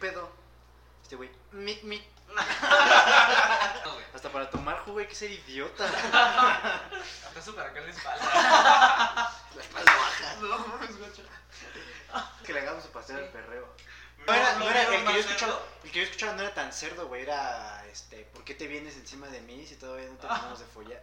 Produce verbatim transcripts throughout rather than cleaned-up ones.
pedo? Este güey, mic, mic. No, güey. Hasta para tomar jugo hay que ser idiota. Está súper acá en la espalda. La espalda baja. No, mames, guacho. Que le hagamos su paseo al perreo. No No, era, ¿lo no era, vieron el que yo más escuchaba, cerdo? el que yo escuchaba no era tan cerdo, güey, era este, ¿por qué te vienes encima de mí si todavía no terminamos de follar?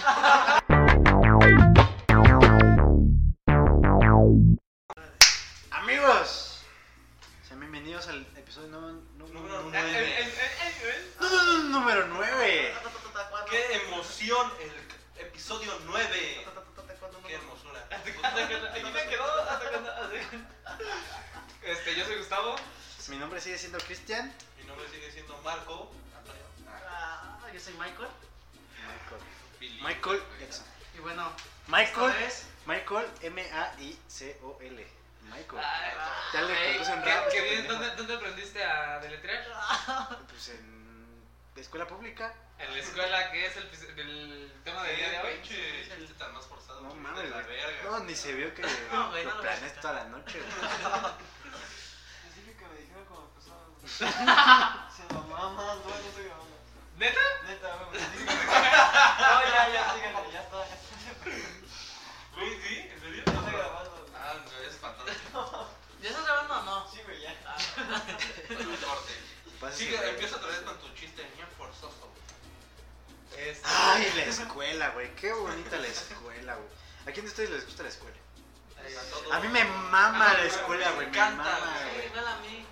Amigos, sean bienvenidos al episodio no, no, Número no, nueve. nueve. No, no, no, número nueve. ¡Qué emoción! El episodio nueve. ¡Qué hermosura! Aquí me quedó hasta cuando. Este, yo soy Gustavo. Mi nombre sigue siendo Cristian. Mi nombre sigue siendo Marco Antonio. Ah, yo soy Michael. Michael. Michael Jackson. Y bueno, Michael. esta vez, Michael, M A I C O L. Michael. Ay, Ya le ey, compuse un ¿qué- rap. qué este bien? pendejo. ¿Dónde, ¿Dónde aprendiste a deletrear? Pues en escuela pública. En la escuela, que es el, el tema del día de hoy. Pinche chiste tan más forzado. No que mames, vete a la güey. verga. No, ni se vio que No, güey, no lo lo planeé ves. toda la noche, güey. Les dije que me dijeron cómo empezaba. Se mamá más, no, no estoy grabando. ¿Neta? Neta, güey, les dije que me No, ya, ya. Síganle, ya está, ya está. Güey, ¿sí? ¿En serio? No estoy grabando. Ah, no, es fantástico. ¿ya estás grabando o no? Sí, güey, ya. Un corte. Pásese, Sigue, güey. empieza otra vez con tu chiste bien forzoso. Este, Ay, la escuela, güey. Qué bonita la escuela, güey. ¿A quién de ustedes les gusta la escuela? A todos. A mí me mama Ah, la escuela, güey. me Me encanta, mama, Sí, güey. igual a mí.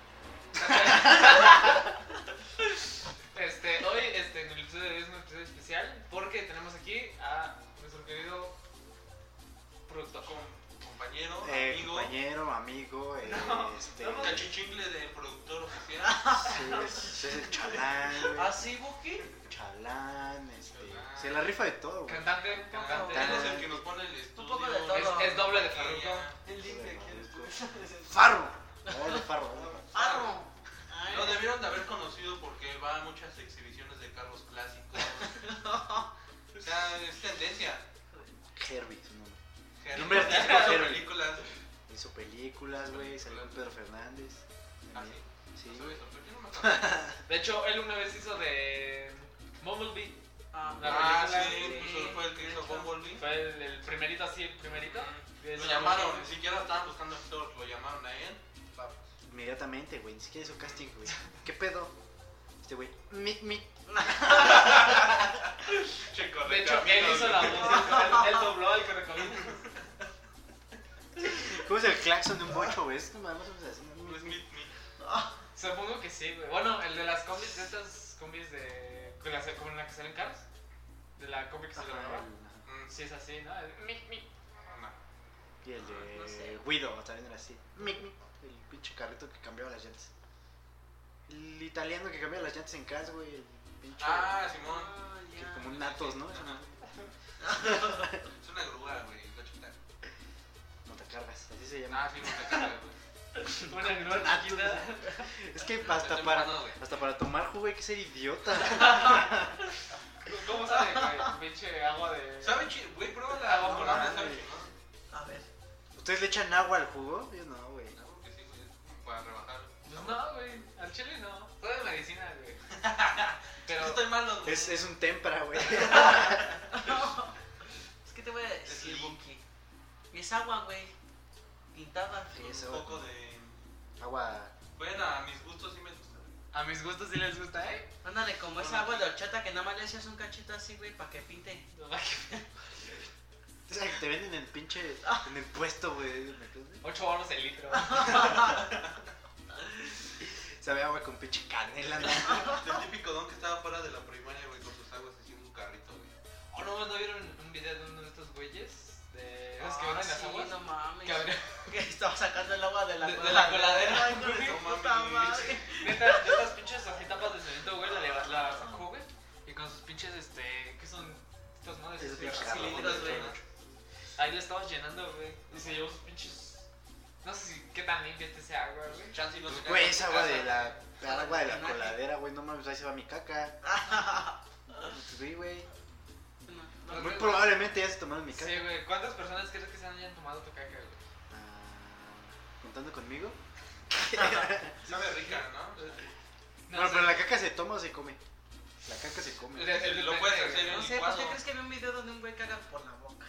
Este, hoy este, en el episodio de hoy es un episodio especial porque tenemos aquí a nuestro querido productor. Com- compañero, Eh, amigo, compañero, amigo, eh, No, este. no, cachichingle de productor oficial. Sí, es, es el chalán, güey. ¿Ah, sí, Buki? Chalán, este. Chalán. Se la rifa de todo, güey. Cantante, cantante. Él es el que nos pone el estudio. Un poco de todo. Es, es doble de Farruko. El link de aquí después. Farro. Ahora de Farro. Farro. Ay, Lo debieron de haber conocido porque va a muchas exhibiciones de carros clásicos. O sea, es tendencia. Herbie, su nombre. Germán, Nombre artístico, hizo Germán. películas. Hizo películas, güey. Salió con Pedro Fernández. Ah, También. sí. Sí, No güey. sabía eso, ¿por qué no me acuerdo? De hecho, él una vez hizo de Bumblebee. Ah, La Ah, película. sí, pues fue el que hizo Bumblebee. Fue el, el primerito así, el primerito. Y Lo eso- llamaron, ni siquiera estaban buscando actores, lo llamaron a él. Vamos. Inmediatamente, güey. Ni siquiera hizo casting, güey. ¿Qué pedo? Este güey. Mic, mic. Checo, De hecho, él hizo la voz, él, él dobló al que recomiendo. ¿Cómo es el claxon de un bocho, güey? Es como más o menos así, ¿no? Pues mi, mi. Supongo que sí, güey. Bueno, el de las combis, de estas combis de. Con la, como en la que salen caros. De la combi que se Ajá, grababa. el- Mm, Sí, es así, ¿no? El mic, mic. no. Y el de No sé. Guido también era así. Mic, mic. El pinche carrito que cambiaba las llantas. El italiano que cambiaba las llantas en casa, güey. El pinche. Ah, Simón. Ah, que ya. como un Natos, ¿no? Ajá. Es una grúa, güey, la chiquita. Montacargas, así se llama. Ah, sí, no te cagas, güey. Una grúa chiquita. Es que hasta Está para, temprano, güey. hasta para tomar jugo hay que ser idiota. ¿Cómo sabe, güey? Pinche agua de. ¿Sabe chido? Güey, prueba la Ah, agua no, morada, mames. ¿sabe chido? A ver. ¿Ustedes le echan agua al jugo? Yo no, güey. Claro que sí, güey, es como para rebajar. Pues no, güey. Al chile no. Fue de medicina, güey. Pero. Yo estoy malo, güey. Es, es un tempra, güey. Es que te voy a decir, Sí. Buki. Es agua, güey. Pintada. Sí, Un es poco agua. de... Agua. Bueno, a mis gustos sí me gusta. A mis gustos sí les gusta, ¿eh? Ándale, como esa agua de horchata que nada más le echas un cachito así, güey, para que pinte. O sea, que te venden en el pinche. En el puesto, güey. ocho baros el litro. Sabe agua con pinche canela, ¿no? El típico don que estaba fuera de la primaria, güey, con sus aguas haciendo un carrito, güey. ¿O no, no vieron un video de uno de estos güeyes? De esos que Ah, venden las sí, aguas. no mames. Que abrió- Que estaba sacando el agua de la De- de coladera. la coladera. Ay, no, de su No puta mames. madre. Neta, de estas pinches así tapas de cemento, güey, la, leva- la sacó, güey. Y con sus pinches, este, ¿qué son? Estas madres. Esos Este, pinches cilindros, jarrones, güey. ¿no? Ahí le estabas llenando, güey. Y se llevó sus pinches. No sé si qué tan limpia esté ese agua, güey. Chance y no se caga Güey, en esa tu agua casa. de la. la agua de la Drenaje. coladera, güey. No mames, ahí se va mi caca. Sí, güey. No, no, Muy güey. probablemente ya se tomaron mi caca. Sí, güey. ¿Cuántas personas crees que se hayan tomado tu caca, güey? Ah, ¿Contando conmigo? Sabe rica, ¿no? No Bueno, sé. pero la caca se toma o se come. La caca se come. De- de- Lo depende, puedes güey. hacer en No un sé, ¿por qué licuado. crees que vi un video donde un güey caga por la boca?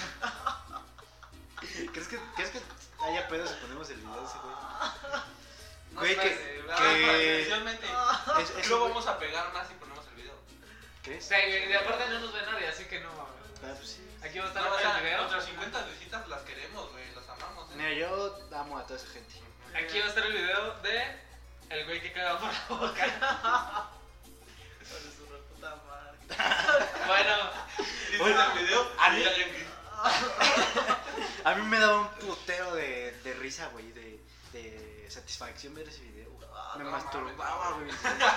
¿Crees que, ¿Crees que haya pedo si ponemos el video de ese güey? No Güey, sé, que- güey. Ah, que- especialmente. Es, es Lo güey- vamos a pegar más si ponemos el video. ¿Crees? Sí, güey, de aparte no nos ve nadie, así que no mames. Ah, pues sí. Aquí va a estar No, o el sea, video. nuestras cincuenta visitas las queremos, güey. Las amamos, ¿eh? Mira, yo amo a toda esa gente. Aquí va a estar el video de el güey que caga por la boca. Por su puta madre. Bueno, ¿Viste el video? a mí- Y alguien que- A mí me daba un putero de, de risa, güey, de, de satisfacción ver ese video. güey. Me no masturbaba, güey.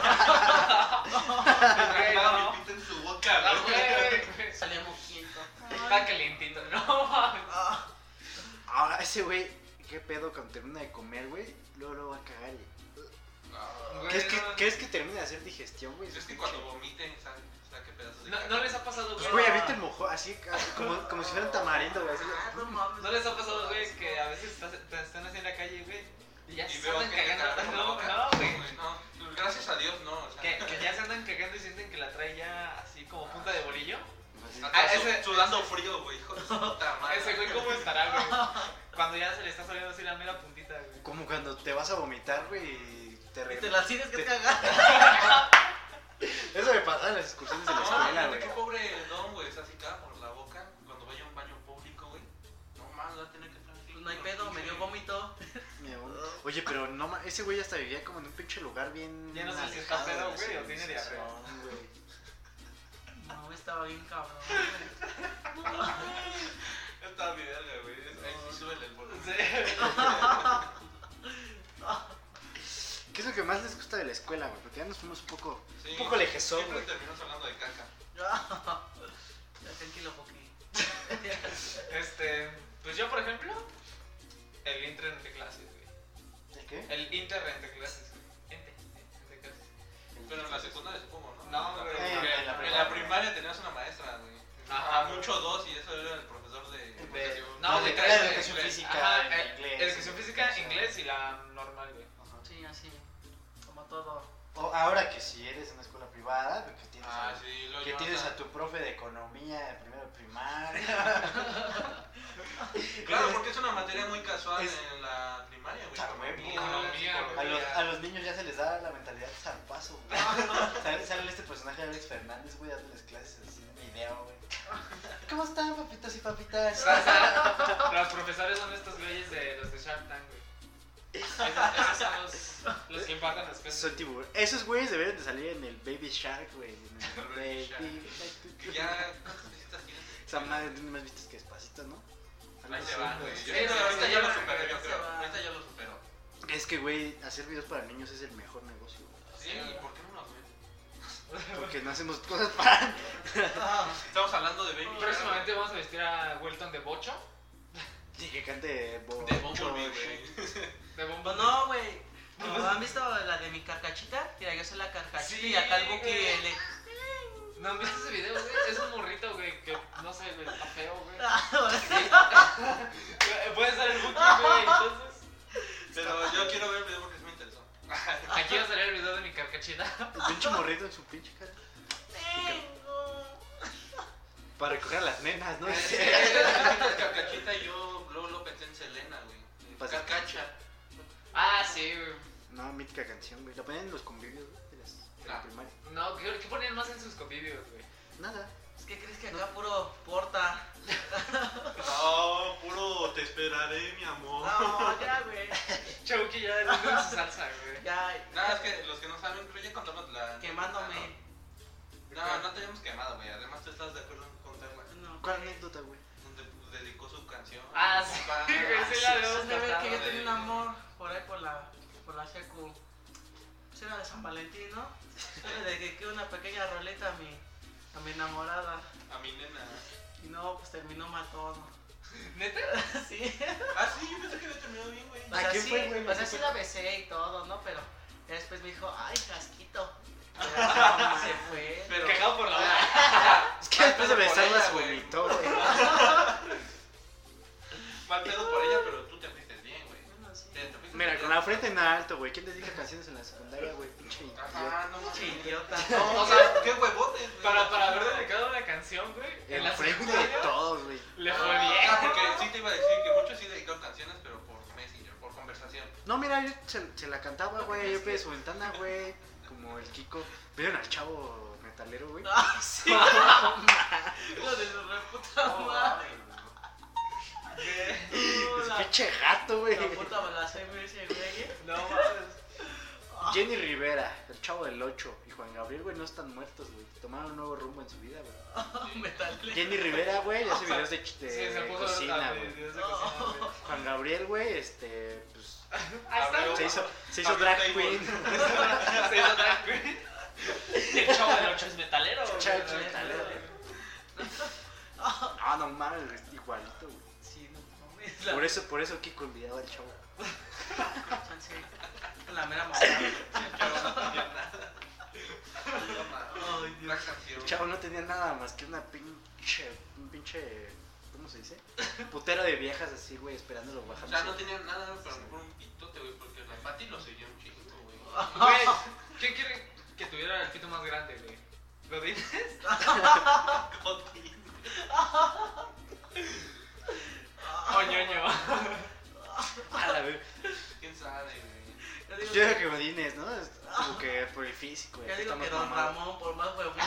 güey, Estaba no. mi pito en su boca, Ah, güey. güey, güey. Salía mojiento. Está calientito, no mames. Ahora, ese güey, ¿qué pedo cuando termina de comer, güey? Luego lo va a cagar y... No. ¿Crees que, Bueno, ¿Crees que termine de hacer digestión, güey? Es que cuando vomiten, sabe- saque pedazos de No, caca. no les ha pasado, Pues, güey. güey, ahorita el mojo, así, así como, como si fuera un tamarindo, güey. así. Ah, no mames. ¿No les ha pasado, güey, que a veces estás, te están así en la calle, güey? Y ya Y se veo andan que te cagando. cagan por la No, boca. no, güey. No, gracias a Dios, no. O sea, Que, que ya se andan cagando y sienten que la trae ya así como punta de bolillo. Así. acá Ah, su- ese- sudando frío, güey. Hijo de su puta madre. Ese güey, ¿cómo estará, güey? Cuando ya se le está saliendo así la mera puntita, güey. Como cuando te vas a vomitar, güey, y te Y te regresas. las tienes que Te- cagar. Eso me pasaba en las excursiones de la No, escuela, fíjate güey. qué pobre don, güey. Está así caga por la boca. Cuando vaya a un baño público, güey. No más, va a tener que estar así. Pues no hay pedo, me dio vómito. Me voy. Oye, pero no ma- ese güey hasta vivía como en un pinche lugar bien. Ya no sé si está alejado de pedo, la güey, o tiene civilización, güey. No, estaba bien cabrón. Está mi verga, güey. Ahí sí súbele el volumen. Sí. ¿Qué es lo que más les gusta de la escuela, güey? Porque ya nos fuimos un poco, Sí, un poco lejezón, siempre güey. terminamos hablando de caca. Ya tranquilo, Poki. Este, pues yo, por ejemplo, el inter entre clases, güey. ¿El qué? El inter entre clases, güey. Ente, entre clases. Pero en la secundaria supongo, ¿no? No, En la güey, primaria- en la En primaria. la primaria tenías una maestra, güey. Ajá. A mucho dos y eso era el profesor de De- educación. no, de de tres, educación güey. física, Ajá, en eh, inglés, educación física, educación. inglés y la normal, güey. Ajá. Sí, así. Como todo. O ahora que si eres una escuela privada, que tienes, Ah, a, sí, lo que llevas tienes a- a tu profe de economía de primero de primaria. Claro, porque es una materia muy casual Es- en la primaria, güey. Ah, Economía, economía, A psicología. los, a los niños ya se les da la mentalidad de zarpazo, güey. Sale, sale este personaje de Alex Fernández, güey, dándoles clases así en video, güey. ¿Cómo están, papitos y papitas? Los profesores son estos güeyes de los de Shark Tank, güey. Esos, esos son los, los que imparten las clases. Son tiburón. Esos güeyes deberían de salir en el Baby Shark, güey. En el Baby Shark. Baby Y ya, ¿cuántas visitas tienes? Esa madre tiene más vistas que Despacito, ¿no? Algo Ahí se así, va, güey. güey. Sí, Ahorita sí, ahorita sí, ya sí, lo sí, superó, yo sí, creo. va. Ahorita ya lo superó. Es que, güey, hacer videos para niños es el mejor negocio, güey. Sí, ¿y por qué no nos ven? Porque no hacemos cosas para... Estamos hablando de Baby Próximamente vamos a vestir a Welton de Bocho. Sí, que cante Bo- De Bumblebee, güey. De bombo. Pues no, güey. ¿No han visto la de mi carcachita? Mira, yo soy la carcachita Sí, y acá el Buki güey. le... ¿No viste ese video, güey? Es un morrito, güey, que no sé, güey, está feo, güey. Puede ser el Buki, güey, entonces. Pero yo quiero ver el video porque sí me interesó. Aquí va a salir el video de mi carcachita. El pinche morrito en su pinche cara. Para recoger a las nenas, ¿no? Sí, Carcachita y yo luego lo pensé en Selena, güey. Pues- Carcacha. Ah, sí, güey. No, mítica canción, güey. La ponían en los convivios, güey, de, las- de la Ah. primaria. No, ¿qué, qué ponían más en sus convivios, güey? Nada. Es que crees que acá puro porta. No, puro te esperaré, mi amor. No, ya, güey. Chauki ya le en su salsa, güey. Ya, Nada, es que los que no saben, creo ya contamos la. quemándome. No, no teníamos quemado, güey. Además, tú estás de acuerdo en contarla. No, ¿Cuál güey. anécdota, güey? Donde dedicó su canción. Ah, sí, Papá. güey, sí la sí, habíamos Es de ver que contado, yo tenía güey. un amor por ahí por la, por la secu. Pues era de San Valentín, ¿no? Yo le dediqué una pequeña roleta a mi, a mi enamorada. A mi nena. Y no, pues terminó mal todo. ¿Neta? Sí. Ah, sí, yo pensé que había terminado bien, güey. O ¿A sea, qué sí, fue, güey? o sea, sí la besé y todo, ¿no? Pero ya después me dijo, ay, casquito. Y ya se fue. Pero. Cagado por la boca. Es que después de Mal pedo por besarla ella, se güey. vomitó, güey. Mal pedo por ella, pero tú te fuiste bien, güey. Bueno, sí. Te, te fuiste Mira, con la frente en alto, güey. ¿Quién dedica canciones en la secundaria, güey? Pinche idiota. Ah, no Pinche mames. idiota. O sea, qué huevotes, güey. Para, para haber dedicado una canción, güey. En En la frente de secundaria todos, güey. le fue Ah, bien. porque sí te iba a decir que muchos sí dedicaron canciones, pero por Messenger, por conversación. No, mira, yo se, se la cantaba, güey. Yo pedí su ventana, güey. Como el Kiko. ¿Vieron al chavo metalero, güey? Ah, sí. Hijo de su reputa madre. Es La- pinche gato, güey. La puta blasfemia ese güey. No mames. Jenny Rivera, el chavo del ocho. Y Juan Gabriel, güey, no están muertos, güey. Tomaron un nuevo rumbo en su vida, güey. Metalero. Jenny Rivera, güey, ya hace videos de, ch- de Sí, se puso cocina, a- güey. videos de cocina, güey. Juan Gabriel, güey, este, pues, Ahí está. se hizo, se hizo Abrió drag table. queen. Se hizo drag queen. El chavo del ocho es metalero. güey. Chavo es metalero. Ah, no mames, güey, igualito, güey. Sí, no mames. La- Por eso, por eso Kiko envidiaba al chavo. Chance. La mera mamá. Chavo no tenía nada. No mames. Ay, Dios. La canción. El chavo no tenía nada más que una pinche, un pinche, ¿cómo se dice? Putero de viejas así, güey, esperándolo O bajando. sea, no tenía nada, pero por un pitote, güey, porque la Pati lo seguía un chingo, güey. Güey, ¿quién quiere que tuviera el pito más grande, güey? ¿Godínez? O ñoño. A la vez. ¿Quién sabe, güey? Yo digo Yo digo que- que Godínez, ¿no? Es como que por el físico, güey. Yo digo estamos que Don mamados. Ramón, por más huevudo.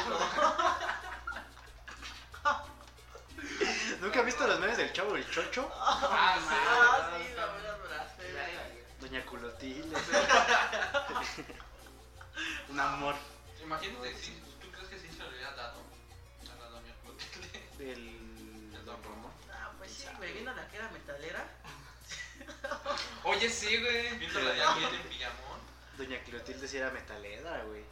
¿Nunca has visto los memes del chavo del chocho? Ah, sí. Ah, sí, la mera blasfemia. Doña Culotil. Un amor. Imagínate, si ¿tú crees que sí se le hubiera dado a la doña Clotilde? Del. El Don Ramón. Ah, pues sí, güey, viendo la que era metalera. Oye, sí, güey. Viéndola de aquí en pijamón. Doña Clotilde sí era metalera, güey.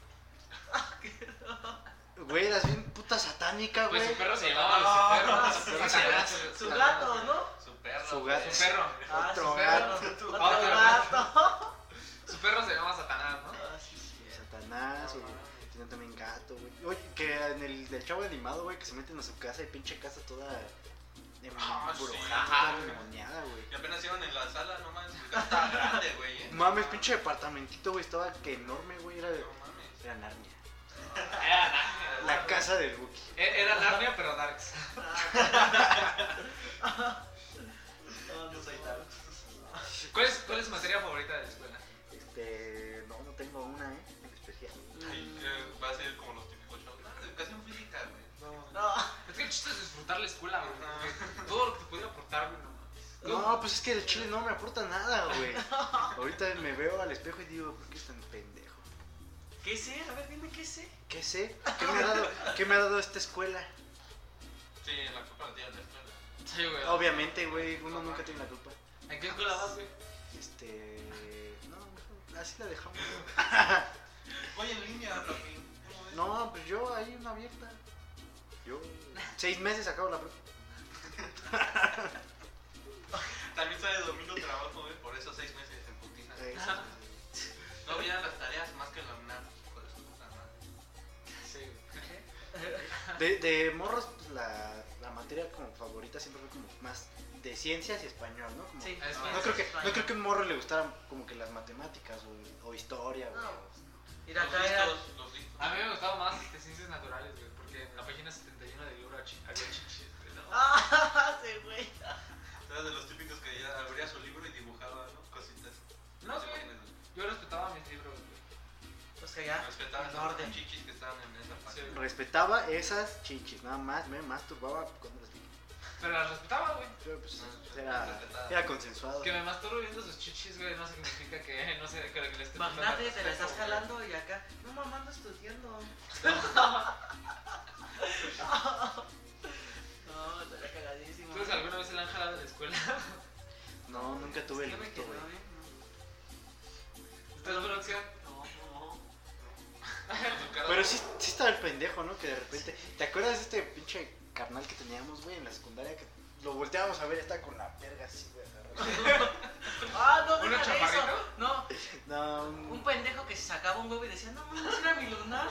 Güey, eras bien puta satánica, Pues güey. su perro se llamaba Ah, Lucifer. sí, Satanás, sí, su- Su gato, ¿no? Su perro. Su güey. gato. Su perro. Ah, Otro su gato. perro. Otro Otro gato. Su perro se llama Satanás, ¿no? Ah, sí, sí. Satanás, güey. Tienen también gato, güey. Oye, que en el del chavo animado, güey, que se meten a su casa y pinche casa toda Ah, sí. embrujada, toda endemoniada, güey. Y apenas iban en la sala, no mames, el gato estaba grande, güey, eh. Mames, pinche departamentito, güey, estaba que enorme, güey. Era, No mames. era Narnia. Era Narnia. La casa del Buki. E- Era Narnia, pero Darks. No, no soy tal. ¿Cuál es, ¿Cuál es su materia favorita de la escuela? Este, no, no tengo una, eh, en especial. Ay, que va a ser como los típicos shows. No, educación física, güey. No. Es que el chiste es disfrutar la escuela, güey. porque Todo lo que te pudiera aportar, güey, no mames. No, pues es que el chile no me aporta nada, güey. Ahorita me veo al espejo y digo, ¿por qué es tan pendejo? ¿Qué sé? A ver, dime qué sé. ¿Qué sé? ¿Qué me ha dado, qué me ha dado esta escuela? Sí, la culpa la tiene la escuela. Sí, güey. Obviamente, güey, uno nunca tiene la culpa. ¿En qué escuela vas, güey? Este, no, mejor así la dejamos. Oye, en línea, papi. ¿Cómo ves? No, pues yo ahí una abierta. Yo seis meses acabo la prepa. También sale domingo trabajo, güey, por esos seis meses en putiza. Eh, No veían las tareas más que la UNAM. Por eso, puta madre. Sí, güey. De, de morros, pues la, la materia como favorita siempre fue como más de ciencias y español, ¿no? Como, Sí. Es No creo que, no creo que un morro le gustaran como que las matemáticas o, o historia, güey. No. o- Mira, Los acá era. listos, los listos. A mí me gustaba más este, ciencias naturales, güey, porque en la página setenta y uno del libro chi- había chichis, güey, ¿no? Ah, sí, güey. Era de los típicos que ya abría su libro y dibujaba, ¿no? Cositas. No, se güey. imaginan. Yo respetaba mis libros, güey. Pues que ya. Respetaba En esas orden. chichis que estaban en esa página. Sí. Respetaba esas chichis, nada más me masturbaba cuando las vi. Pero las respetaba, güey. Pero pues Ah, era, respetada. era consensuado. Que me masturbo viendo sus chichis, güey, no significa que, no sé, que le esté Imagínate, te la estás respeto, güey. jalando y acá. No, mamá, ando estudiando. No, estaría cagadísimo. ¿Ustedes alguna vez se la han jalado en la escuela? No, nunca tuve el Créeme gusto, que güey. no, ¿eh? ¿Ustedes producción? No, no. Pero sí, sí estaba el pendejo, ¿no? Que de repente. ¿Te acuerdas de este pinche carnal que teníamos, güey, en la secundaria? Que lo volteábamos a ver, estaba con la verga así, güey. agarrada. Ah, no, ¿Uno deja de eso. chaparrito? No, No, un un... pendejo que se sacaba un huevo y decía, no mames, era mi lunar.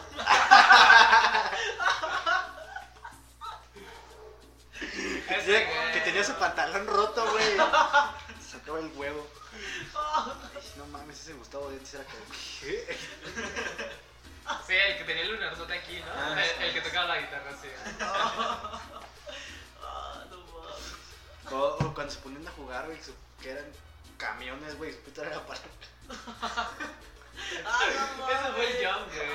Ese, que tenía su pantalón roto, güey. Sacaba el huevo. mames, ese Gustavo de antes era como, ¿qué? Sí, el que tenía el lunarzote aquí, ¿no? Ah, el, sí. el que tocaba la guitarra, sí. Ah, no mames. O, o cuando se ponían a jugar, güey, su- que eran camiones, güey, su puta era para... Ah, no mames. Ese fue el John, güey.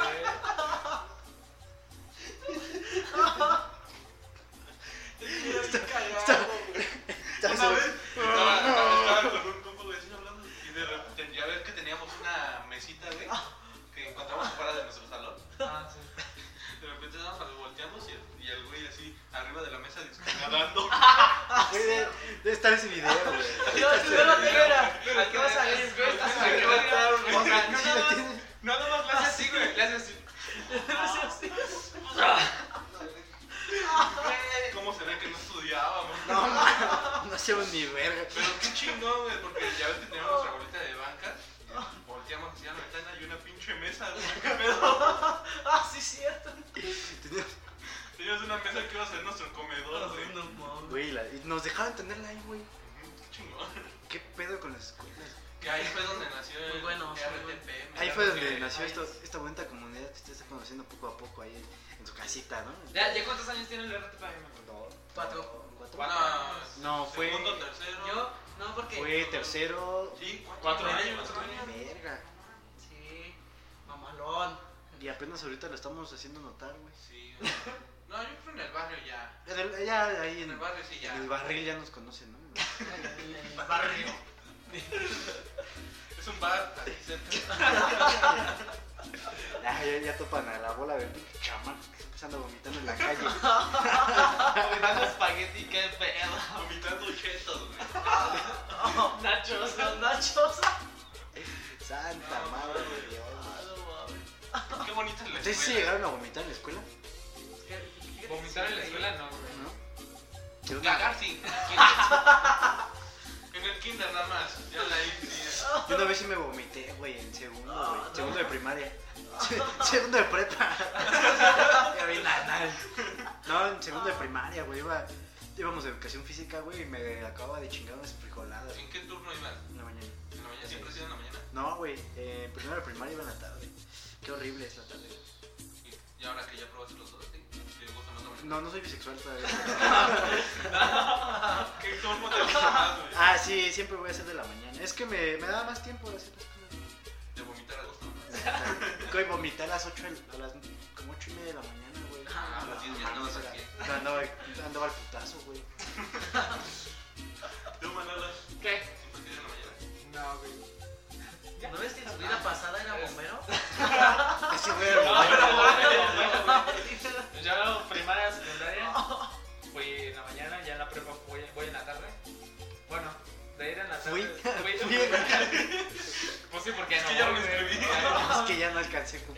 Está cagado, güey. ¿Sabes? Una vez estaba, estaba, estaba con un compa, güey, así hablando. Y de repente, ya ves que teníamos una mesita, güey, que encontramos fuera de nuestro salón. Ah, sí. De repente estábamos volteamos y el, y el güey así, arriba de la mesa, disque nadando. Güey, debe, debe estar ese video, güey. No, si no lo tengo, era. ¿A qué vas a ir? Güey, estás Sí, aquí, sí, güey. sí, O sea, Sí, no lo nada más, tiene. no nada más le hace así, güey. Le hace así. ¿Cómo se ve que no estudiábamos? No, man, no hacemos ni verga. Pero qué chingón, güey, porque ya ves que teníamos nuestra bolita de banca. Y volteamos hacia la ventana y una pinche mesa, güey. ¿Qué pedo? Ah, sí, cierto. Teníamos- Teníamos una mesa que iba a ser nuestro comedor, güey. No mames. Güey, la- y nos dejaban tenerla ahí, güey. Ujú, qué chingón. ¿Qué pedo con las escuelas? Que ahí fue donde nació el Muy bueno, muy R T bueno. P. Ahí mira, fue porque- donde nació ahí esto, es. esta bonita comunidad que usted está conociendo poco a poco ahí en su casita, ¿no? ¿Ya, ¿Ya cuántos años tiene el R T P? No, Cuatro. ¿Cuatro? Bueno, No, fue- segundo, tercero. Yo, no, porque. Fue tercero. Sí, cuatro, Cuatro años. años, cuatro años. Verga. Sí, mamalón. Y apenas ahorita lo estamos haciendo notar, güey. Sí, güey. No, yo creo en el barrio ya. En el- Ya ahí En en, el barrio sí ya. en el barril ya nos conocen, ¿no? En el barrio. Es un bar aquí cerca. Ya, ya, ya topan a la bola de chamacos que se empezando vomitando en la calle. Vomitando espagueti, qué pedo. Vomitando chetos, güey. Nachos. Los nachos. Santa No, madre de mames. Dios. Ah, no mames. Qué bonita es la ¿Ustedes sí escuela. llegaron a vomitar en la escuela? ¿Qué- Vomitar en la escuela no, güey. ¿No? Yo, Cagar sí. En el kinder nada más. Ya la hice. Sí. yo una vez sí me vomité, güey, en segundo, Ah, güey. no. Segundo de primaria. Segundo de prepa. Ya vi nada. No, en segundo de primaria, güey. Iba, íbamos a educación física, güey, y me acababa de chingar unas frijoladas ¿En qué turno ibas? en la mañana. ¿En la mañana? ¿Siempre ha sido en la mañana? No, güey, eh, primero de primaria iba en la tarde. Qué horrible es la tarde. Y, y ahora que ya probaste los dos, ¿sí? ¿te gusta más la mañana? No, no soy bisexual todavía. ¿Qué turno te gusta más, güey? Ah, sí, siempre voy a hacer de la mañana. Es que me, me da más tiempo de hacer las cosas. De vomitar a gusto, ¿no? Güey, vomité a las ocho, a las como ocho y media de la mañana, güey. Ah, a las diez ya andabas aquí. Andaba, andaba al putazo, güey. ¿Tú, Manolo? ¿Qué? ¿Siempre tienes en la mañana? No, güey. ¿No ves que en su vida pasada era bombero? Ese güey No, era pero bombero. bueno, bueno, yo primaria, secundaria, fui en la mañana, ya en la prepa voy, voy en la tarde. Bueno, de ir en la tarde. Fui. fui- Fui. Pues sí, porque Es no. que ya me güey. inscribí. Es que ya no alcancé cupo.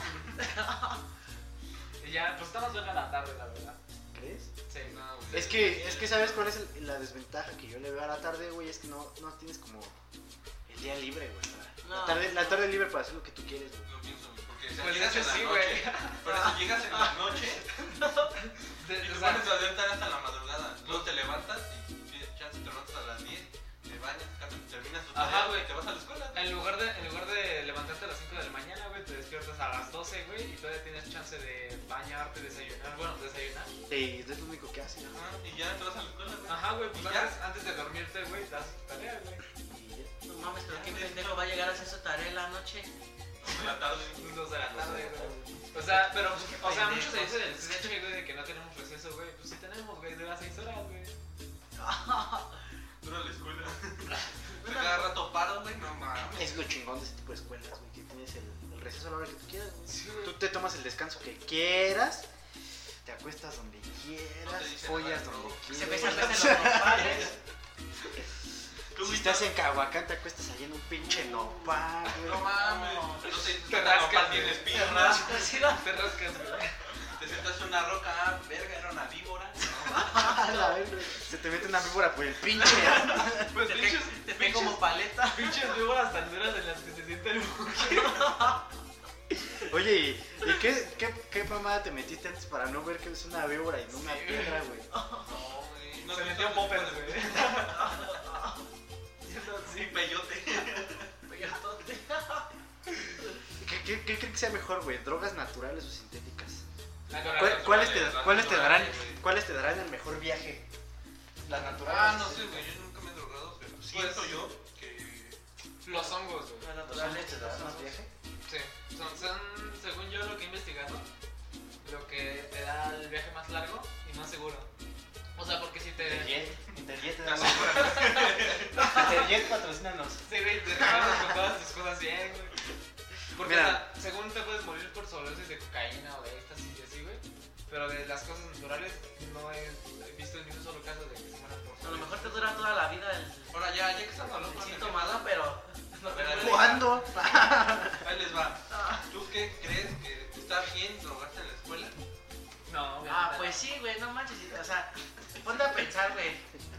Y ya, pues está más buena la tarde, la verdad. ¿Crees? Sí. No, güey. Es que, es que ¿sabes cuál es el- la desventaja que yo le veo a la tarde, güey? Es que no, no tienes como el día libre, güey. La No. tarde, la tarde libre para hacer lo que tú quieres, güey. Lo pienso, güey, porque si Pues llegas eso en la sí, noche, güey. pero si llegas en la noche De- y te o sea, pones a alentar hasta la madrugada, luego te levantas y tienes chance, te levantas a las diez, te bañas, cambias, terminas tu Ajá, tarea güey. y te vas a la escuela. En lugar, de, en lugar de levantarte a las cinco de la mañana, güey, te despiertas a las doce, güey, y todavía tienes chance de bañarte, desayunar, bueno, desayunar. Y es lo único que haces, ¿no? Ajá, y ya te vas a la escuela, güey. Ajá, güey, pues ¿Y ya? antes, antes de dormirte, güey, das tu tarea, güey. Y ya. No mames, pero qué pendejo va a llegar a hacer su tarea en la noche. De la tarde. Las dos de la tarde, güey. O sea, pero, Qué o sea, pendejos. muchos se dicen del C H, güey, de que no tenemos receso, güey. Pues sí tenemos, güey, de las seis horas, güey. Dura la escuela. De cada rato paro, güey, no mames. Es lo chingón de ese tipo de escuelas, güey, que tienes el, el receso a la hora que tú quieras, güey. Sí, güey. Tú te tomas el descanso que quieras, te acuestas donde No quieras, te dicen follas nada, donde no. quieras. Se besan besan los nopales. Si estás en Cahuacán, te acuestas ahí en un pinche nopal, güey. No mames. No te dices Te que rascas, la güey. tienes Te piña. rascas, Sí, no. te rascas, güey. Te sientas en una roca, ah, verga, era una víbora. A la verga. Se te mete una víbora por el pinche. Pues Te pinches, pe- te pe pinches, como paleta. pinches víboras tan duras en las que se siente el buque. Oye, ¿y, y qué, qué, qué mamada te metiste antes para no ver que es una víbora y no una Sí, piedra, güey? No, güey. No Se sé, metió ¿sabes? poppers, güey. Sí, peyote. Pero todo ¿qué, ¿qué creen que sea mejor, güey? ¿Drogas naturales o sintéticas? Naturales, ¿Cuál- ¿Cuáles te, naturales, cuáles te darán, naturales, güey. cuáles te darán el mejor viaje? ¿Las naturales? Ah, no sé, güey, yo nunca me he drogado, pero siento yo que... Los hongos, güey. La ¿Los hongos naturaleza. te darán más viaje? Sí, son, son, según yo lo que he investigado, lo que te da el viaje más largo y más seguro. O sea, porque si te... Interjet, Interjet te Te da más aseguran. Interjet, patrocínanos. Sí, güey, te regalas con todas tus cosas bien, güey. Porque, Mira. o sea, según te puedes morir por sobredosis de cocaína o de éxtasis y así, güey. Pero de las cosas naturales no he visto ni un solo caso de que se mueran por A lo mejor te dura toda la vida el, Ahora ya, ya que estamos hablando el de síntoma, ¿no? Pero. A ver, ahí- ¿Cuándo? Ahí les va. ¿Tú qué crees que está bien drogarte en la escuela? No, güey. Ah, pues sí, güey, no manches. O sea, ponte a pensar, güey.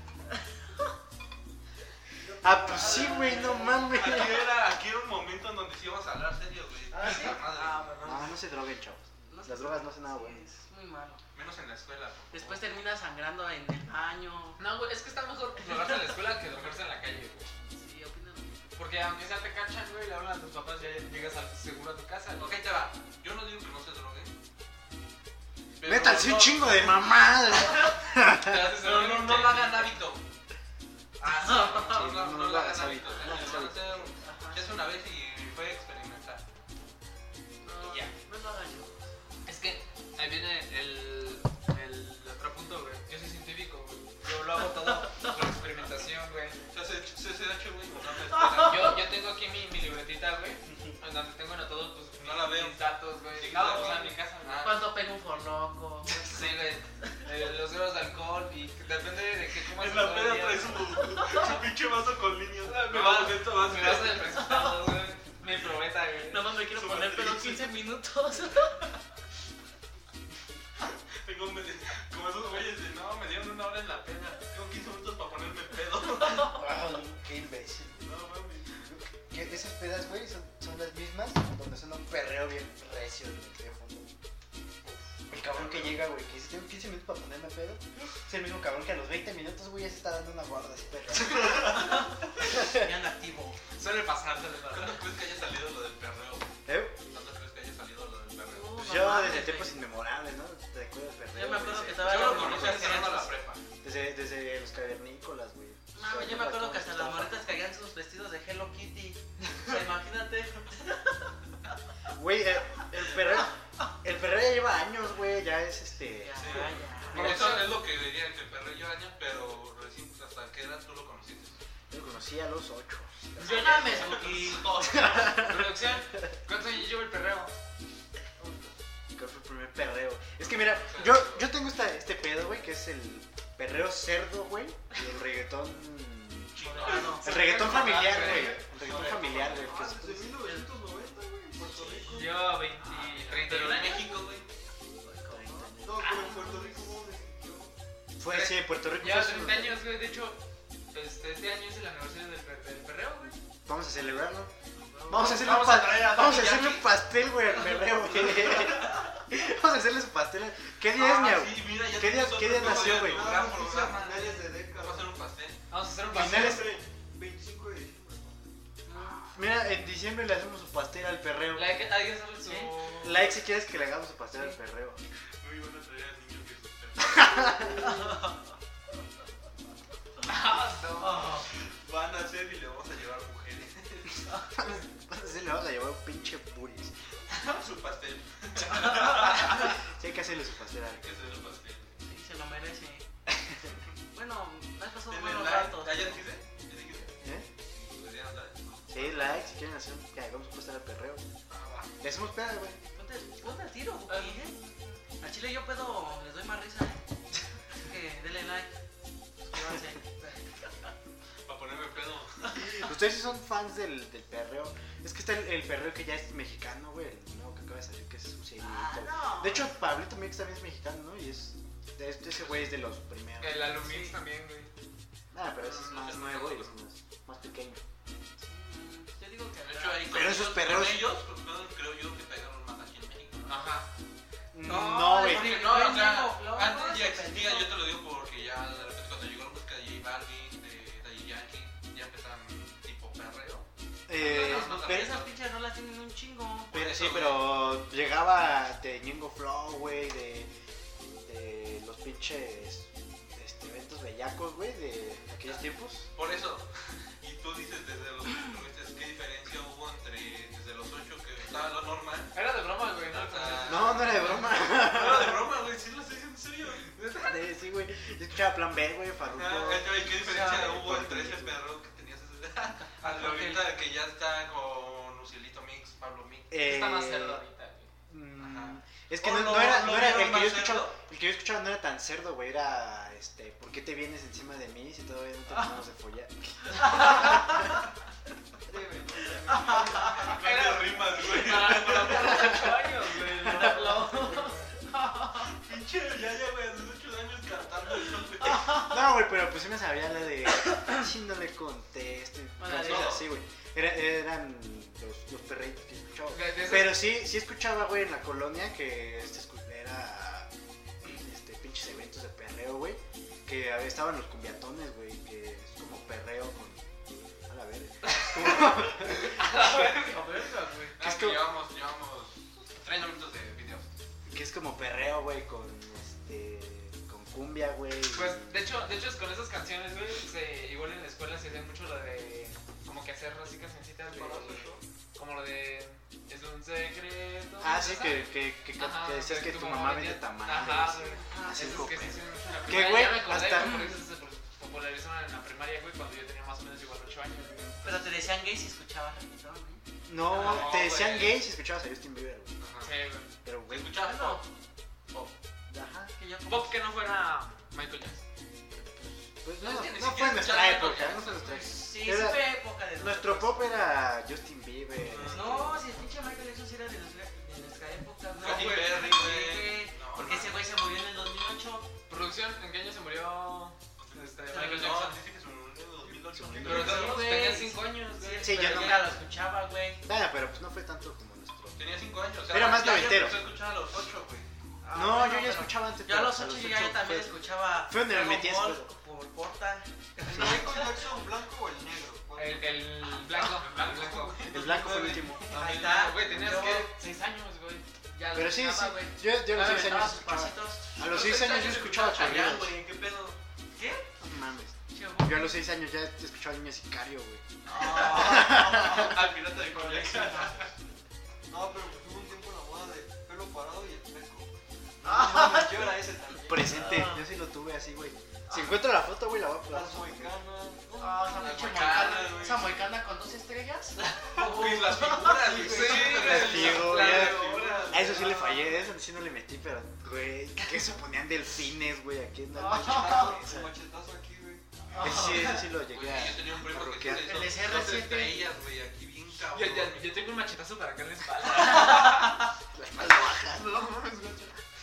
Ah, pues sí, güey, no mames. Aquí era, aquí era un momento en donde sí íbamos a hablar serio, güey. Ah, sí. Puta madre. Ah, perdón. No, no se droguen, chavos. No sé. Las drogas no hacen nada Sí, bueno. Es muy malo. Menos en la escuela. por favor. Después terminas sangrando en el baño. No, güey, es que está mejor drogarse en la escuela que drogarse en la calle, güey. Sí, opino. Porque aunque sea te cachan, güey, le hablan a tus papás, ya llegas al seguro a tu casa, güey. Ok, te va. Yo no digo que no se droguen. pero Métanse un no- chingo de mamadas. Te haces Pero el no, no veinte. lo hagan hábito. Ah, sí, no, Sí, no, no no lo lo hagas hagan hábito. hábito, no lo hagas Van a hábito. hacer- Ya es una vez y fue experimentar. No, Y ya. no lo hagan yo. Es que ahí viene el, el otro punto, güey. Yo soy científico, güey. Yo lo hago todo por experimentación, güey. C C H, güey, no me espera. Yo, yo tengo aquí mi, mi libretita, güey, en donde tengo anotados pues, No mis- la veo. mis datos, güey. Sí, No, claro. o sea, en mi casa, güey. Ah. Cuando pega un forloco. Sí, güey. Eh, los grados de alcohol y que depende de qué comas En la todo el peda día, trae güey. su, su pinche vaso con líneas. Me No, vas, pues esto va a me ser- vas del resultado, güey. Mi probeta, güey. No más me quiero Su poner matriz. pedo quince minutos. Tengo un como esos güeyes de no, me dieron una hora en la peda. Tengo quince minutos para ponerme pedo. Ay, qué imbécil. No mames. Que esas pedas, güey, son, son las mismas donde suena un perreo bien recio en el teléfono. El cabrón que llega, güey, que dice, tengo quince minutos para ponerme pedo. Es el mismo cabrón que a los veinte minutos, güey, ya se está dando una guarda así perreo. Ya activo. Suele pasar, suele pasar. ¿Cuándo crees que haya salido lo del perreo? ¿Eh? ¿Cuándo crees que haya salido lo del perreo? Uh, Pues no yo mames, desde güey. tiempos inmemorables, ¿no? Te acuerdas del perreo. Yo me acuerdo güey, que desde- estaba- Yo lo conocí en cerrando la los- prepa. Desde, desde los cavernícolas, güey. No, yo me acuerdo que hasta las morritas caían sus vestidos de Hello Kitty. O sea, imagínate. Güey, el, el perreo, el perreo ya lleva años, güey, ya es este... Ya, Sí. ya. Por eso es lo que diría que el perreo lleva años, pero recién hasta qué edad tú lo conociste. Yo lo conocí a los ocho. No mames, Buki. Producción, ¿cuántos años lleva el perreo? Creo que fue el primer perreo. Es que mira, yo, yo tengo esta, este pedo, güey, que es el perreo cerdo, güey, y el reggaetón... Chingado. El reggaetón familiar, güey. El reggaetón familiar, güey. que Ah, es- desde mil novecientos noventa, güey, en Puerto Rico. Lleva veinte, treinta y Pero un en años. México, güey. No, pero en Puerto Rico, ¿cómo decidió? Fue, sí, en Puerto Rico. Lleva fue su- treinta años, güey. De hecho, este, este año es el aniversario del, per- del perreo, güey. Vamos a celebrarlo. Vamos a hacerle Vamos un, a pa- traer a vamos a Daddy hacerle un Yankee. pastel, güey, al perreo, güey. Vamos a hacerle su pastel. ¿Qué día es, Ah, miau? sí, mira, ya ¿Qué día- tenemos qué día otro nació, día, güey? Programa, Ah, programa. finales de Vamos a década. hacer un pastel. Vamos a hacer un Finales- pastel. veinticinco de diciembre. Mira, en diciembre le hacemos su pastel al perreo. Hay que, hay que hacerle su. ¿Sí? Like si quieres que le hagamos su pastel al perreo. Muy buena traer al niño que Ah, no. sus van a hacer y le vamos a llevar mujeres. Entonces le vamos a llevar un pinche puris. Su pastel. Sí, hay que hacerle su pastel al Hay que hacer el pastel. Sí, se lo merece. Bueno, me has pasado Denle buenos like. ratos. ¿Ah, ya dijiste? ¿Ya dijiste? ¿Eh? ¿Le dieron like? Sí, like si quieren hacer que hagamos un pastel al perreo. Ah, Le hacemos peda, güey. Ponte, ponte al tiro, Buki, ¿eh? A Chile yo puedo, les doy más risa, ¿eh? Así que denle like. Suscríbanse. va. Para ponerme pedo. Ustedes sí son fans del, del perreo. Es que está el, el perreo que ya es mexicano, güey. El nuevo que acaba de salir, que es Sucielito. Ah, no. De hecho, Pablito Mix también es mexicano, ¿no? Y es. de- ese güey es de los primeros. El Alumix Sí. también, güey. Ah, pero ese es más nuevo y es más, más pequeño. Mm, Yo digo que. De hecho, ahí con Pero esos ellos- perreos- Con ellos, pues, creo yo que pegaron más aquí en México. Ajá. No, güey. sí. No, Luego, o sea, luego, antes luego ya se existía, perdió. yo te lo digo porque ya de repente cuando llegó la música de J Balvin, de Daddy Yankee, ya empezaron tipo perreo. Eh, No, no, no, pero, Esas pinches rolas tienen un chingo. Por Pero- eso, Sí, güey. pero llegaba de Ñengo Flow, güey, de, de los pinches este, eventos bellacos, güey, de aquellos tiempos. Por eso. Y tú dices desde los ocho, dices, ¿qué diferencia hubo entre desde los ocho que estaba lo normal? Era de broma, güey, ¿no? Hasta- No, no era de broma. No era de broma, güey, sí lo estoy diciendo en serio. De- sí, güey. Yo escuchaba Plan B, güey, Farruko. Ah, ¿y qué diferencia sea, hubo por entre ese ejemplo. perro que tenías ese... Hasta ahorita que ya está con Lucielito Mix, Pablo Mix. Eh, Está más cerdo ahorita, güey. mm, Ajá. Es que ¿O no, lo- no era, lo no era el vieron que yo más escuchaba, cerdo? el que yo escuchaba no era tan cerdo, güey, era este, ¿por qué te vienes encima de mí si todavía no terminamos de follar? Era rimas, güey. Para para los ocho años, güey. Un aplauso. Pinche ya, ya, güey, a los ocho años cantando eso, güey. No, güey, pero pues sí me sabía la de si no le contesto y Bueno, canciones no. así, güey. Era- eran los, los perreitos que escuchaba. De- de esos- Pero sí, sí escuchaba, güey, en la colonia que este escu- era este, pinches eventos de perreo, güey. Que había- estaban los cumbiatones, güey, que es como perreo con... A la verga. A ver, güey. Ah, Es que como- llevamos, llevamos treinta minutos de video. Que es como perreo, güey, con este... con cumbia, güey. Pues, de hecho, de hecho, es con esas canciones, güey, se, igual en la escuela se hacía mucho lo de, como que hacer así cancioncitas de, como lo de, es un secreto. Ah, sí, ¿esa? que, que, que, Ajá, que decías que tu mamá vende tamales. Ajá, güey. Ah, Esas cinco que se pesos. hicieron mucho en la Que, primaria, güey, ya me acordé, hasta- güey, por eso se popularizaron en la primaria, güey, cuando yo tenía más o menos igual ocho años, güey. Pero te decían gay si escuchabas reggaetón, ¿eh? No, No, te decían güey. gay si escuchabas a Justin Bieber, güey. Ajá. Sí, güey. Pero, ¿Te güey, escuchabas Bueno, pop? ajá. que yo como... Pop que no fuera Michael Jackson. Pues No, no, es que ni no siquiera fue nuestra escuchaba época, Michael no fue nuestra Jackson, época. Sí, sí Era- fue época de Nuestro nosotros. pop era Justin Bieber. No, si el pinche Michael Jackson sí era de nuestra, de nuestra época, ¿no? Katy güey. Perry, Sí, güey. No, porque no. ese güey se murió en el dos mil ocho. Producción, ¿en qué año se murió este, Michael No, Jackson? dice que se murió en dos mil ocho. Pero Sí, todos güey. tenían cinco años, güey. Sí, pero yo no nunca me- lo escuchaba, güey. Nada, pero pues no fue tanto como nuestro. Tenía cinco años. Era más ya- ya noventero. empezó a escuchar a los ocho, güey. Ah, No, bueno, yo ya pero escuchaba antes. Yo a pero los ocho yo ya ocho también fue- escuchaba fue donde me Dragon metí ese Ball pedo. por Porta. ¿Michael Jackson blanco o el negro? ¿Cuál? El, el blanco, el blanco. El blanco fue el último. Ahí está. Güey, tenías Yo- que seis años, güey. Ya lo Pero sí, sí. escuchaba, güey. Yo, yo a los Ah, seis aventaba años sus escuchaba. pasitos. A los seis años yo escuchaba Chayanne, corridos. güey, ¿en qué pedo? ¿Qué? No mames. Chivo. Yo a los seis años ya escuchaba al niño sicario, güey. Ah, Al pirata de colección. No, pero pues hubo un tiempo en la moda de pelo parado y el fresco. Ah, yo era ese también. Presente, yo sí lo tuve así, güey. Si encuentro la foto, güey, la voy a Las poner. moicanas. Ah, esa Las pinche moicanas, moicana. güey. Esa moicana con dos estrellas. Güey, las figuras, güey. Sí, las figu- las ya- figuras. A eso sí le fallé, a eso sí no le metí, pero, güey, que se ponían delfines, güey, aquí en la Machetazo, cabeza. machetazo aquí, güey. Ese sí, ese sí lo llegué Güey, a... yo tenía un primo que parroquiar. tiene El dos- S R dos siete. estrellas, güey, aquí bien cabrón. Yo, ya- yo tengo un machetazo para acá en la espalda. La espalda baja. No mames, güey.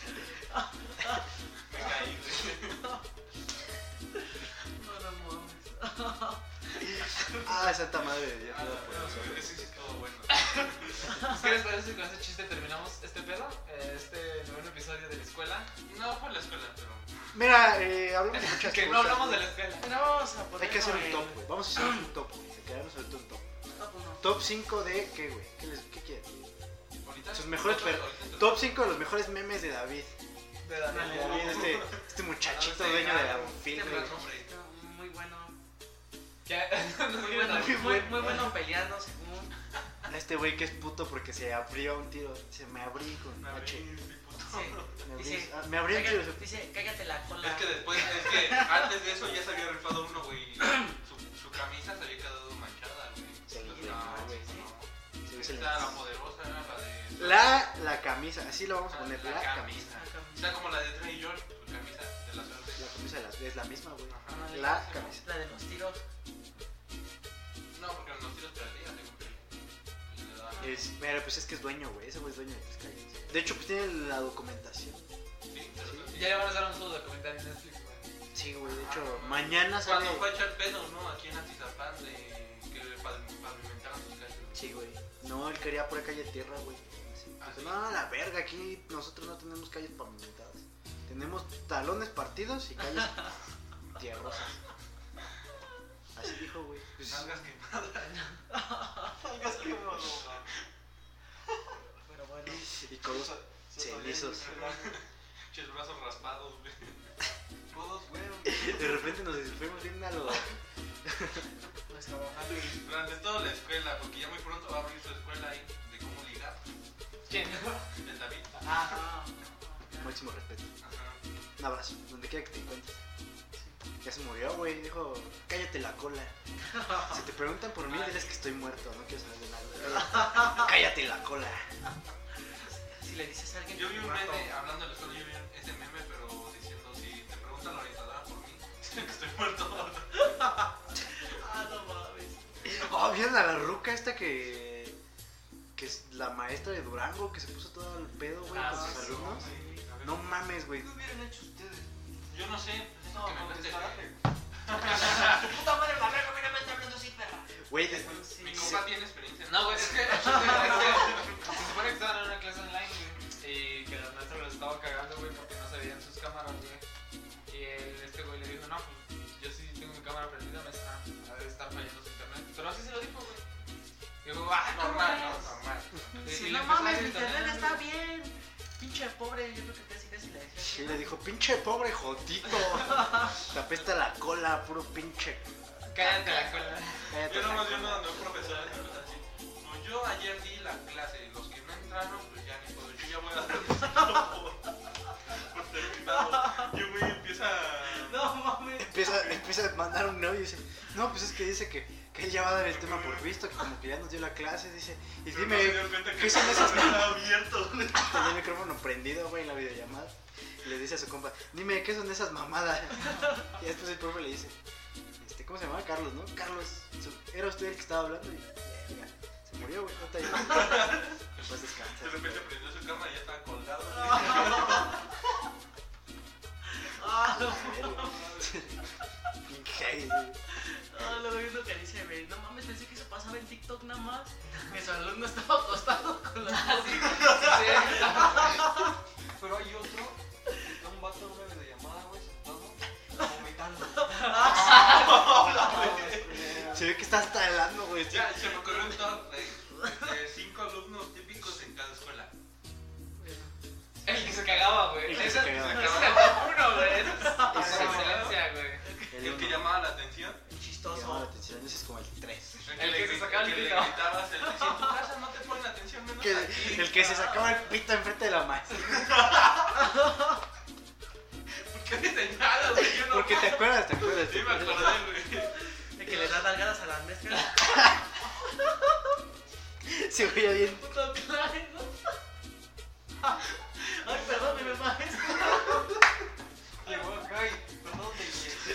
Me caí, güey. No, no mames. Ah, santa madre de Dios. Ah, no, por eso. no, ese sí estuvo bueno. ¿Qué les parece si con ese chiste terminamos este pedo? Eh, Este noveno episodio de la escuela. No fue en la escuela, pero... Mira, eh, hablamos de muchas Que cosas. no hablamos de güey. la escuela. Bueno, vamos a poner. Hay que hacer un top, güey. Vamos a hacer un top, güey. De quedarnos ahorita un top. Top Top cinco de qué, güey. ¿Qué, les- qué quieren? Ahorita... Sus mejores ahorita- per- ahorita- Top cinco de los mejores memes de David. De la Dale, David, dale. este, este muchachito Ah, sí, dueño de ah, la film, este güey. Gran hombre. Muy bueno. Ya, no Muy sé bueno, nada. muy, muy bueno peleando, según. Este güey que es puto porque se abrió un tiro. Se me abrí con Me abrí, H. mi puto. Me abrí, Dice, ah, me abrí un tiro. cállate, dice, cállate la cola. Es que después, es que antes de eso ya se había rifado uno, güey. y Su, su camisa se había quedado manchada, güey. Sí, Entonces, no, no, güey. no. Sí, se le- Esta, la poderosa era la de... La, la camisa, así lo vamos a poner. La La camisa. camisa. O sea, como la de Trey George, su camisa de la suerte. La camisa de las- es la misma, güey. Ajá. La camisa. La de los tiros. No, porque los tiros perdían, según yo. Y le daban- Es, mira, pues es que es dueño, güey. Ese güey es dueño de tres calles. De hecho, pues tiene la documentación. Sí, pero sí. Ya le van a hacer un solo documental en Netflix, güey. Sí, güey. De hecho, mañana sale. Cuando fue a echar pedo, ¿no? Aquí en Atizapán, de que pav- pavimentaron sus calles. Sí, güey. No, él quería pura calle tierra, güey. Sí. Ah, Dice, sí. no, la verga, aquí nosotros no tenemos calles pavimentadas. Tenemos talones partidos y calles tierrosas. Así dijo, güey. Pues, Nalgas quemadas. Salgas que no, no, Cenizos. Ches brazos raspados, güey. Todos, güey. De repente nos fuimos bien a lo... Durante toda la escuela, porque ya muy pronto va a abrir su escuela ahí de cómo ligar. ¿Quién? El David. Ah, Máximo respeto. Ajá. Un abrazo, donde quiera que te encuentres. Ya se murió, güey. Dijo, cállate la cola. Si te preguntan por mí, diles que estoy muerto. No quiero saber de nada. Cállate la cola. si le dices a alguien Yo vi que un mato. meme, hablando de la escuela, yo vi ese meme, pero diciendo, si te preguntan la orientadora por mí, dile que estoy muerto. Ah, no mames. Oh, ¿vieron a la ruca esta que... que es la maestra de Durango, que se puso todo el pedo, güey, Ah, con sí, sus sí, alumnos? Sí, a ver. No mames, güey. ¿Qué hubieran hecho ustedes? Yo no sé, No, que me no, cuente. descarate. Tu puta madre, la verga, mira, me está hablando así, perra. Güey, de- Sí. Mi compa tiene experiencia. No, güey, es que, es que se supone que estaban en una clase online, güey, y que la maestra los estaba cagando, güey, porque no se veían sus cámaras, güey. Y el, este güey le dijo, no, pues yo sí tengo mi cámara prendida, me está, a ver, estar fallando su internet. Pero así se lo dijo, güey. Digo, ah, Normal, ¿cómo ¿no? es? Normal. Y- Si y no le empezó a mames, decir mi internet internet, está güey. bien. Pinche pobre, yo creo que casi casi le decía. sí le dijo, pinche pobre jotito. Te apesta la cola, puro pinche. Cállate la cola. Cállate Yo la nomás vi cola. uno donde un profesor le empezó así. No, yo ayer di la clase, los que no entraron, pues ya ni puedo. Yo ya voy a dar por, por terminado. Y un güey empieza. No mames. Empieza, empieza a mandar un novio y dice, no, pues es que dice que, que él ya va a dar el tema por visto, que como que ya nos dio la clase, dice, y Pero dime, no se dio cuenta que ¿qué son esas estaba abierto? tenía el micrófono prendido, güey, en la videollamada. Y le dice a su compa, dime, ¿qué son esas mamadas? Y después el profe le dice, este, ¿cómo se llamaba? Carlos, ¿no? Carlos, su- ¿era usted el que estaba hablando? Y verga, se murió, güey, no te ayudo. Después descansa. De repente prendió su cámara y ya estaba colgado. Ah, no. Hey, güey. Ah, luego hay uno que dice, güey, no mames, pensé que eso pasaba en TikTok nada más. Que su alumno estaba acostado con los dos. Pero hay otro que está un vato en una videollamada, güey, sentado, vomitando. Se ve que está hasta helando, güey. Ya, se me ocurrió un top de, de cinco alumnos típicos en cada escuela. El que se cagaba, güey. El que Ese se cagaba. ese es el top uno, güey. Ese es por Ese. excelencia, güey. El, El que uno. llamaba la atención. Llamaba la Chistoso. atención, ese es como el tres. El que se le- sacaba el que le pito. gritabas, el, si en tu casa no te ponen atención, menos Que- aquí. el que se sacaba el pito enfrente de la maestra. ¿Por qué me señalas, güey? Yo no. Porque te acuerdas, te acuerdas. Sí, te me acuerdas. acordé, güey. El que le da nalgadas a la maestra. Se veía bien. Puto claro, ¿no? Ay, perdón, mi maestro. Llegó acá y, perdón, te inyecté,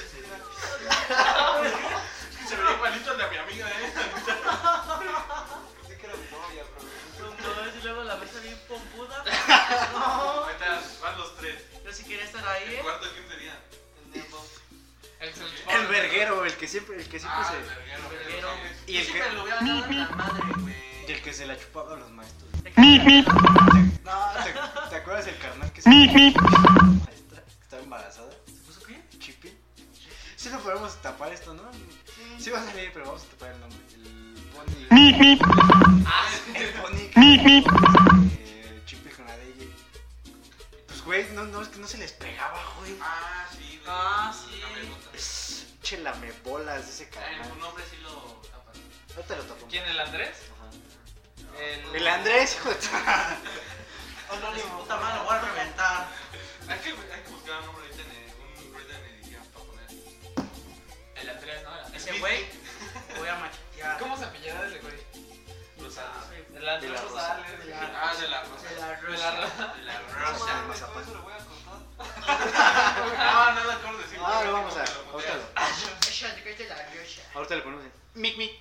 Se veía igualito al de mi amiga, eh. pensé que era mi novia, bro. No, no, y luego la maestra bien pompuda. No. Ahorita van los tres. Yo sí quería estar ahí, ¿El ¿eh? cuarto quién sería? El Nemo. El que se lo chupaba. El verguero, el que siempre, el que siempre Ah, se. el verguero. el verguero. Y Yo el siempre que- lo hubiera dado en la madre, Y güey. el que se la chupaba a los maestros. Mi, No, ¿te, te acuerdas del carnal que se. Maestra, que estaba embarazada? ¿Se puso qué? Chippy. Sí lo podemos tapar esto, ¿no? Sí va a salir, pero vamos a tapar el nombre. El Pony. Ah, El Pony. Eh, Chippy con la D J. Pues güey, no, no, es que no se les pegaba, güey. Ah, sí, güey. Ah, sí. No me gusta. Che lamebolas de ese Ah, carnal. en un nombre sí lo tapas. Ahorita lo tapamos. ¿Quién, el Andrés? Ajá. El, El Andrés, hijo de tu- Anónimo. Puta madre, lo voy a reventar. Hay que, hay que buscar un nombre ahorita en el- un Reddit en edición para poner. El Andrés, ¿no? El Andrés. Ese güey, lo voy a machetear. ¿Cómo se apellida ese güey? Rosales. El Andrés De la Rosa. Rosales. De la- Ah, de la Rosa. De la De Rosa. la Rosa. De la No, Rosa. mames, Mazapán. todo eso lo voy a contar. Ah, no me acuerdo de decir. Ah, lo vamos a. Porque lo Ahorita muteas. lo. Esa, yo de la Rosa. Ahorita le ponemos en. Mic, mic.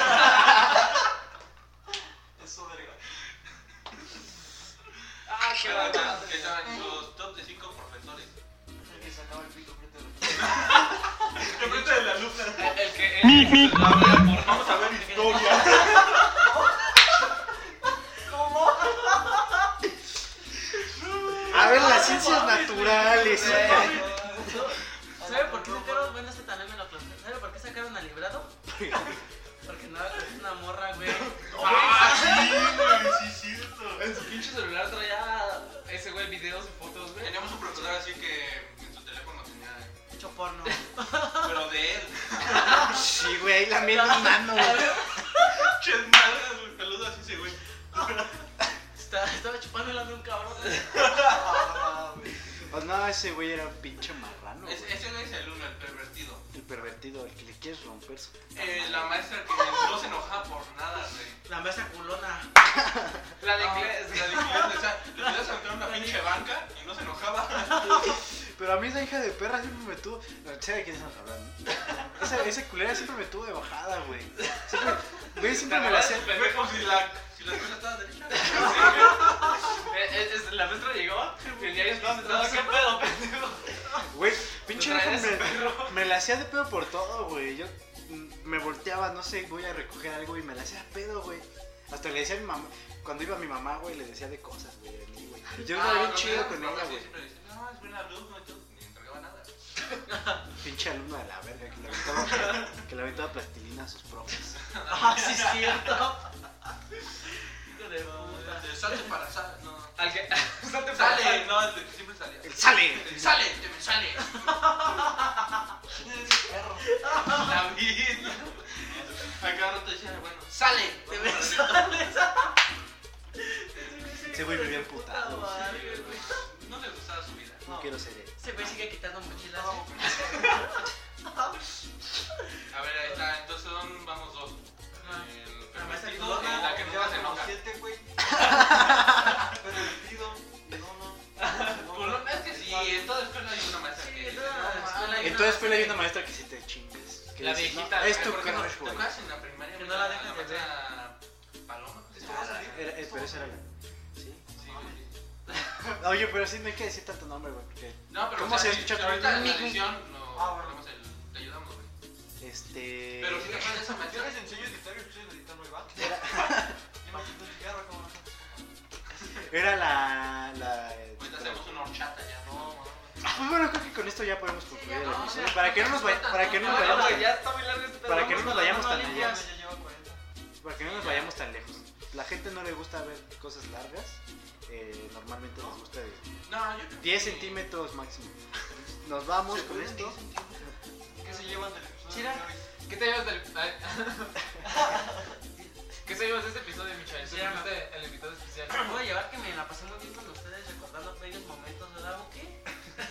Eso, verga. Ah, qué Pero, bacán. ¿qué estaban los top de cinco profesores? Es el que sacaba el pito frente a la Enfrente de la luz. El, el que el que se lo habla por Vamos a ver historia. A ver, las ciencias naturales. ¿Sabe por qué sacaron? Bueno, este también me lo clavé. ¿Sabe por qué sacaron al librado? Porque no, es una morra, güey. Ah, sí, güey, sí, es cierto. En su pinche celular traía porno. Pero de él. Sí, güey, ahí lamiendo un mano, güey. Ches nalgas, güey, peludo así, sí, güey. Estaba, estaba chupándola de un cabrón. Ah, güey. Pues no, ese güey era un pinche marrano, Ese güey. ese güey es el uno, el pervertido. El pervertido, el que le quieres romper su... Eh, la maestra que no se enojaba por nada, güey. La mesa culona. La de No, inglés. La de inglés, o sea, le podías sacar una pinche banca y no se enojaba. Pero a mí esa hija de perra siempre me tuvo... No, sé de quién estamos hablando. Esa, esa culera siempre me tuvo de bajada, güey. Siempre, güey, siempre me la hacía... Fue como si la, si la escuela estaba derecha. Eh, eh, es- La maestra llegó y el diario estaba sentado. ¿Qué pedo, pendejo? Güey, pinche Tú vieja traes, me, perro. me la hacía de pedo por todo, güey. Yo mm, me volteaba, no sé, voy a recoger algo y me la hacía de pedo, güey. Hasta le decía a mi mamá, cuando iba mi mamá, güey, le decía de cosas, güey, a mí, güey. Y yo Ah, era bien no, chido mira, con mi mamá ella, sí güey. siempre decía, no, es buena alumno y todo, ni entregaba nada. Pinche alumno de la verga que le aventaba, que le aventaba plastilina a sus profes. Ah, sí, es cierto. Hijo de puta. De salte para sal, no. Al que. Salte Sale, para- no, el de que siempre salía. ¡El sale! El sale, te me sale. Perro. La vida. A cada rato decía, bueno, sale. Te Bueno, ves. Ese güey vivía emputado. no le gustaba su vida. No quiero ser él. Se me sigue quitando mochilas. A ver, ahí está, entonces son, vamos dos. Ajá. El La mesa pervertido culona, y la que Ya nunca se como enoja. siete, güey. Pervertido, no, Culón, es que sí, en toda escuela hay una maestra Sí, que en dice, toda no, escuela mames. hay En toda escuela hay una maestra que sí te chingues. Que La dices, viejita, no, es güey, tu ¿Por qué no? crush, ¿Te güey. acuerdas en la primaria? Que güey, no la la dejes de maestra Paloma? ¿Sí? Era, eh, pero esa era la... ¿Sí? Sí, güey. Oye, pero sí no hay que decir tanto nombre, güey, porque... No, pero ¿Cómo o sea, se si- escucha? si ahorita en la Mijo. edición no Ah, bueno. ponemos el, te ayudamos, güey. Este... Pero si te acuerdas de esa Yo maestra. les enseño a editar y ustedes editan muy va. Era, Yo me quito el cigarro, como no. era la... la Ahorita hacemos una horchata ya, no, no. Ah, bueno, creo que con esto ya podemos concluir ya, el no, episodio. ya. Para que no nos, vaya- para que no nos No, vayamos güey, tan, ya está muy largo este pedo. para que no nos vayamos tan no allá. limpias. Ya lleva cuarenta. Para que no nos vayamos tan lejos. La gente no le gusta ver cosas largas. Eh, normalmente nos gusta de No, yo creo diez que- centímetros máximo. Nos vamos ¿Se con pueden esto. ¿Qué se llevan del episodio Chira. de hoy? ¿Qué te llevas del. Ay. ¿Qué te llevas de este episodio, Michael? Tú Ya, fuiste el invitado especial. Me voy a llevar que me la pasé muy bien con ustedes recordando bellos momentos, ¿verdad? ¿O qué?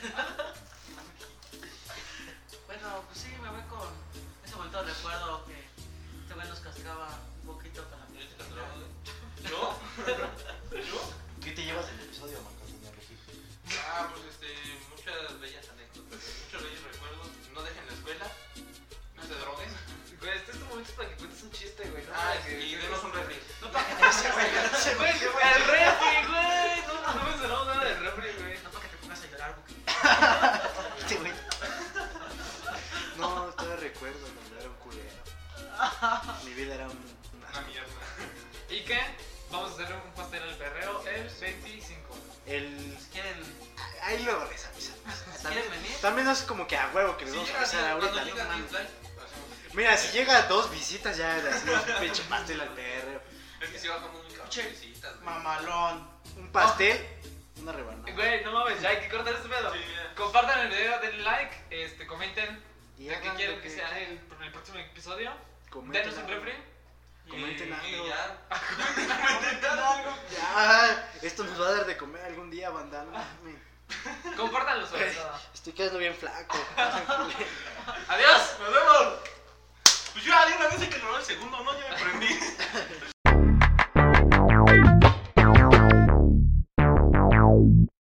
Bueno, pues sí, me voy con ese bonito recuerdo que este güey nos cascaba un poquito con la ¿Yo te castigaba, güey? ¿Yo? ¿Yo? ¿Qué te llevas del episodio, Marcos? Señor Regil? Ah, pues este, muchas bellas anécdotas, muchos bellos recuerdos. No dejen la escuela, no se droguen. Güey, este es tu momento para que cuentes un chiste, güey. No, Ah, que- y denos un refri. No para que te pongas a llorar. Ese güey, el refri, güey. No, no mencionamos nada del refri, güey. No para que te pongas a llorar, Buki. Este güey. No, todavía recuerdo cuando era un culero. Mi vida era un... Una mierda. ¿Y qué? Vamos a hacer un pastel al perreo el veinticinco. El... Si quieren, Ahí luego les avisan. si También, quieren venir, también no es como que a huevo que les Si vamos a llega avisar cuando ahorita, llega no mames. diez likes, hacemos- Mira, si llega a dos visitas ya le hacemos un pinche pastel al perro. Es que si bajamos muy cabecitas, güey. mamalón. Un pastel, una rebanada. Güey, no mames, ya hay que cortar este pedo. Sí, ya. Compartan el video, denle like, este, comenten Y de qué hagan quieren lo que sea el, el próximo episodio. comenten Denos un algo. refri. Comenten Y- algo. Y ya. Ya, esto nos va a dar de comer algún día, banda. No mames. Compártanlo sobre todo. Estoy quedando bien flaco.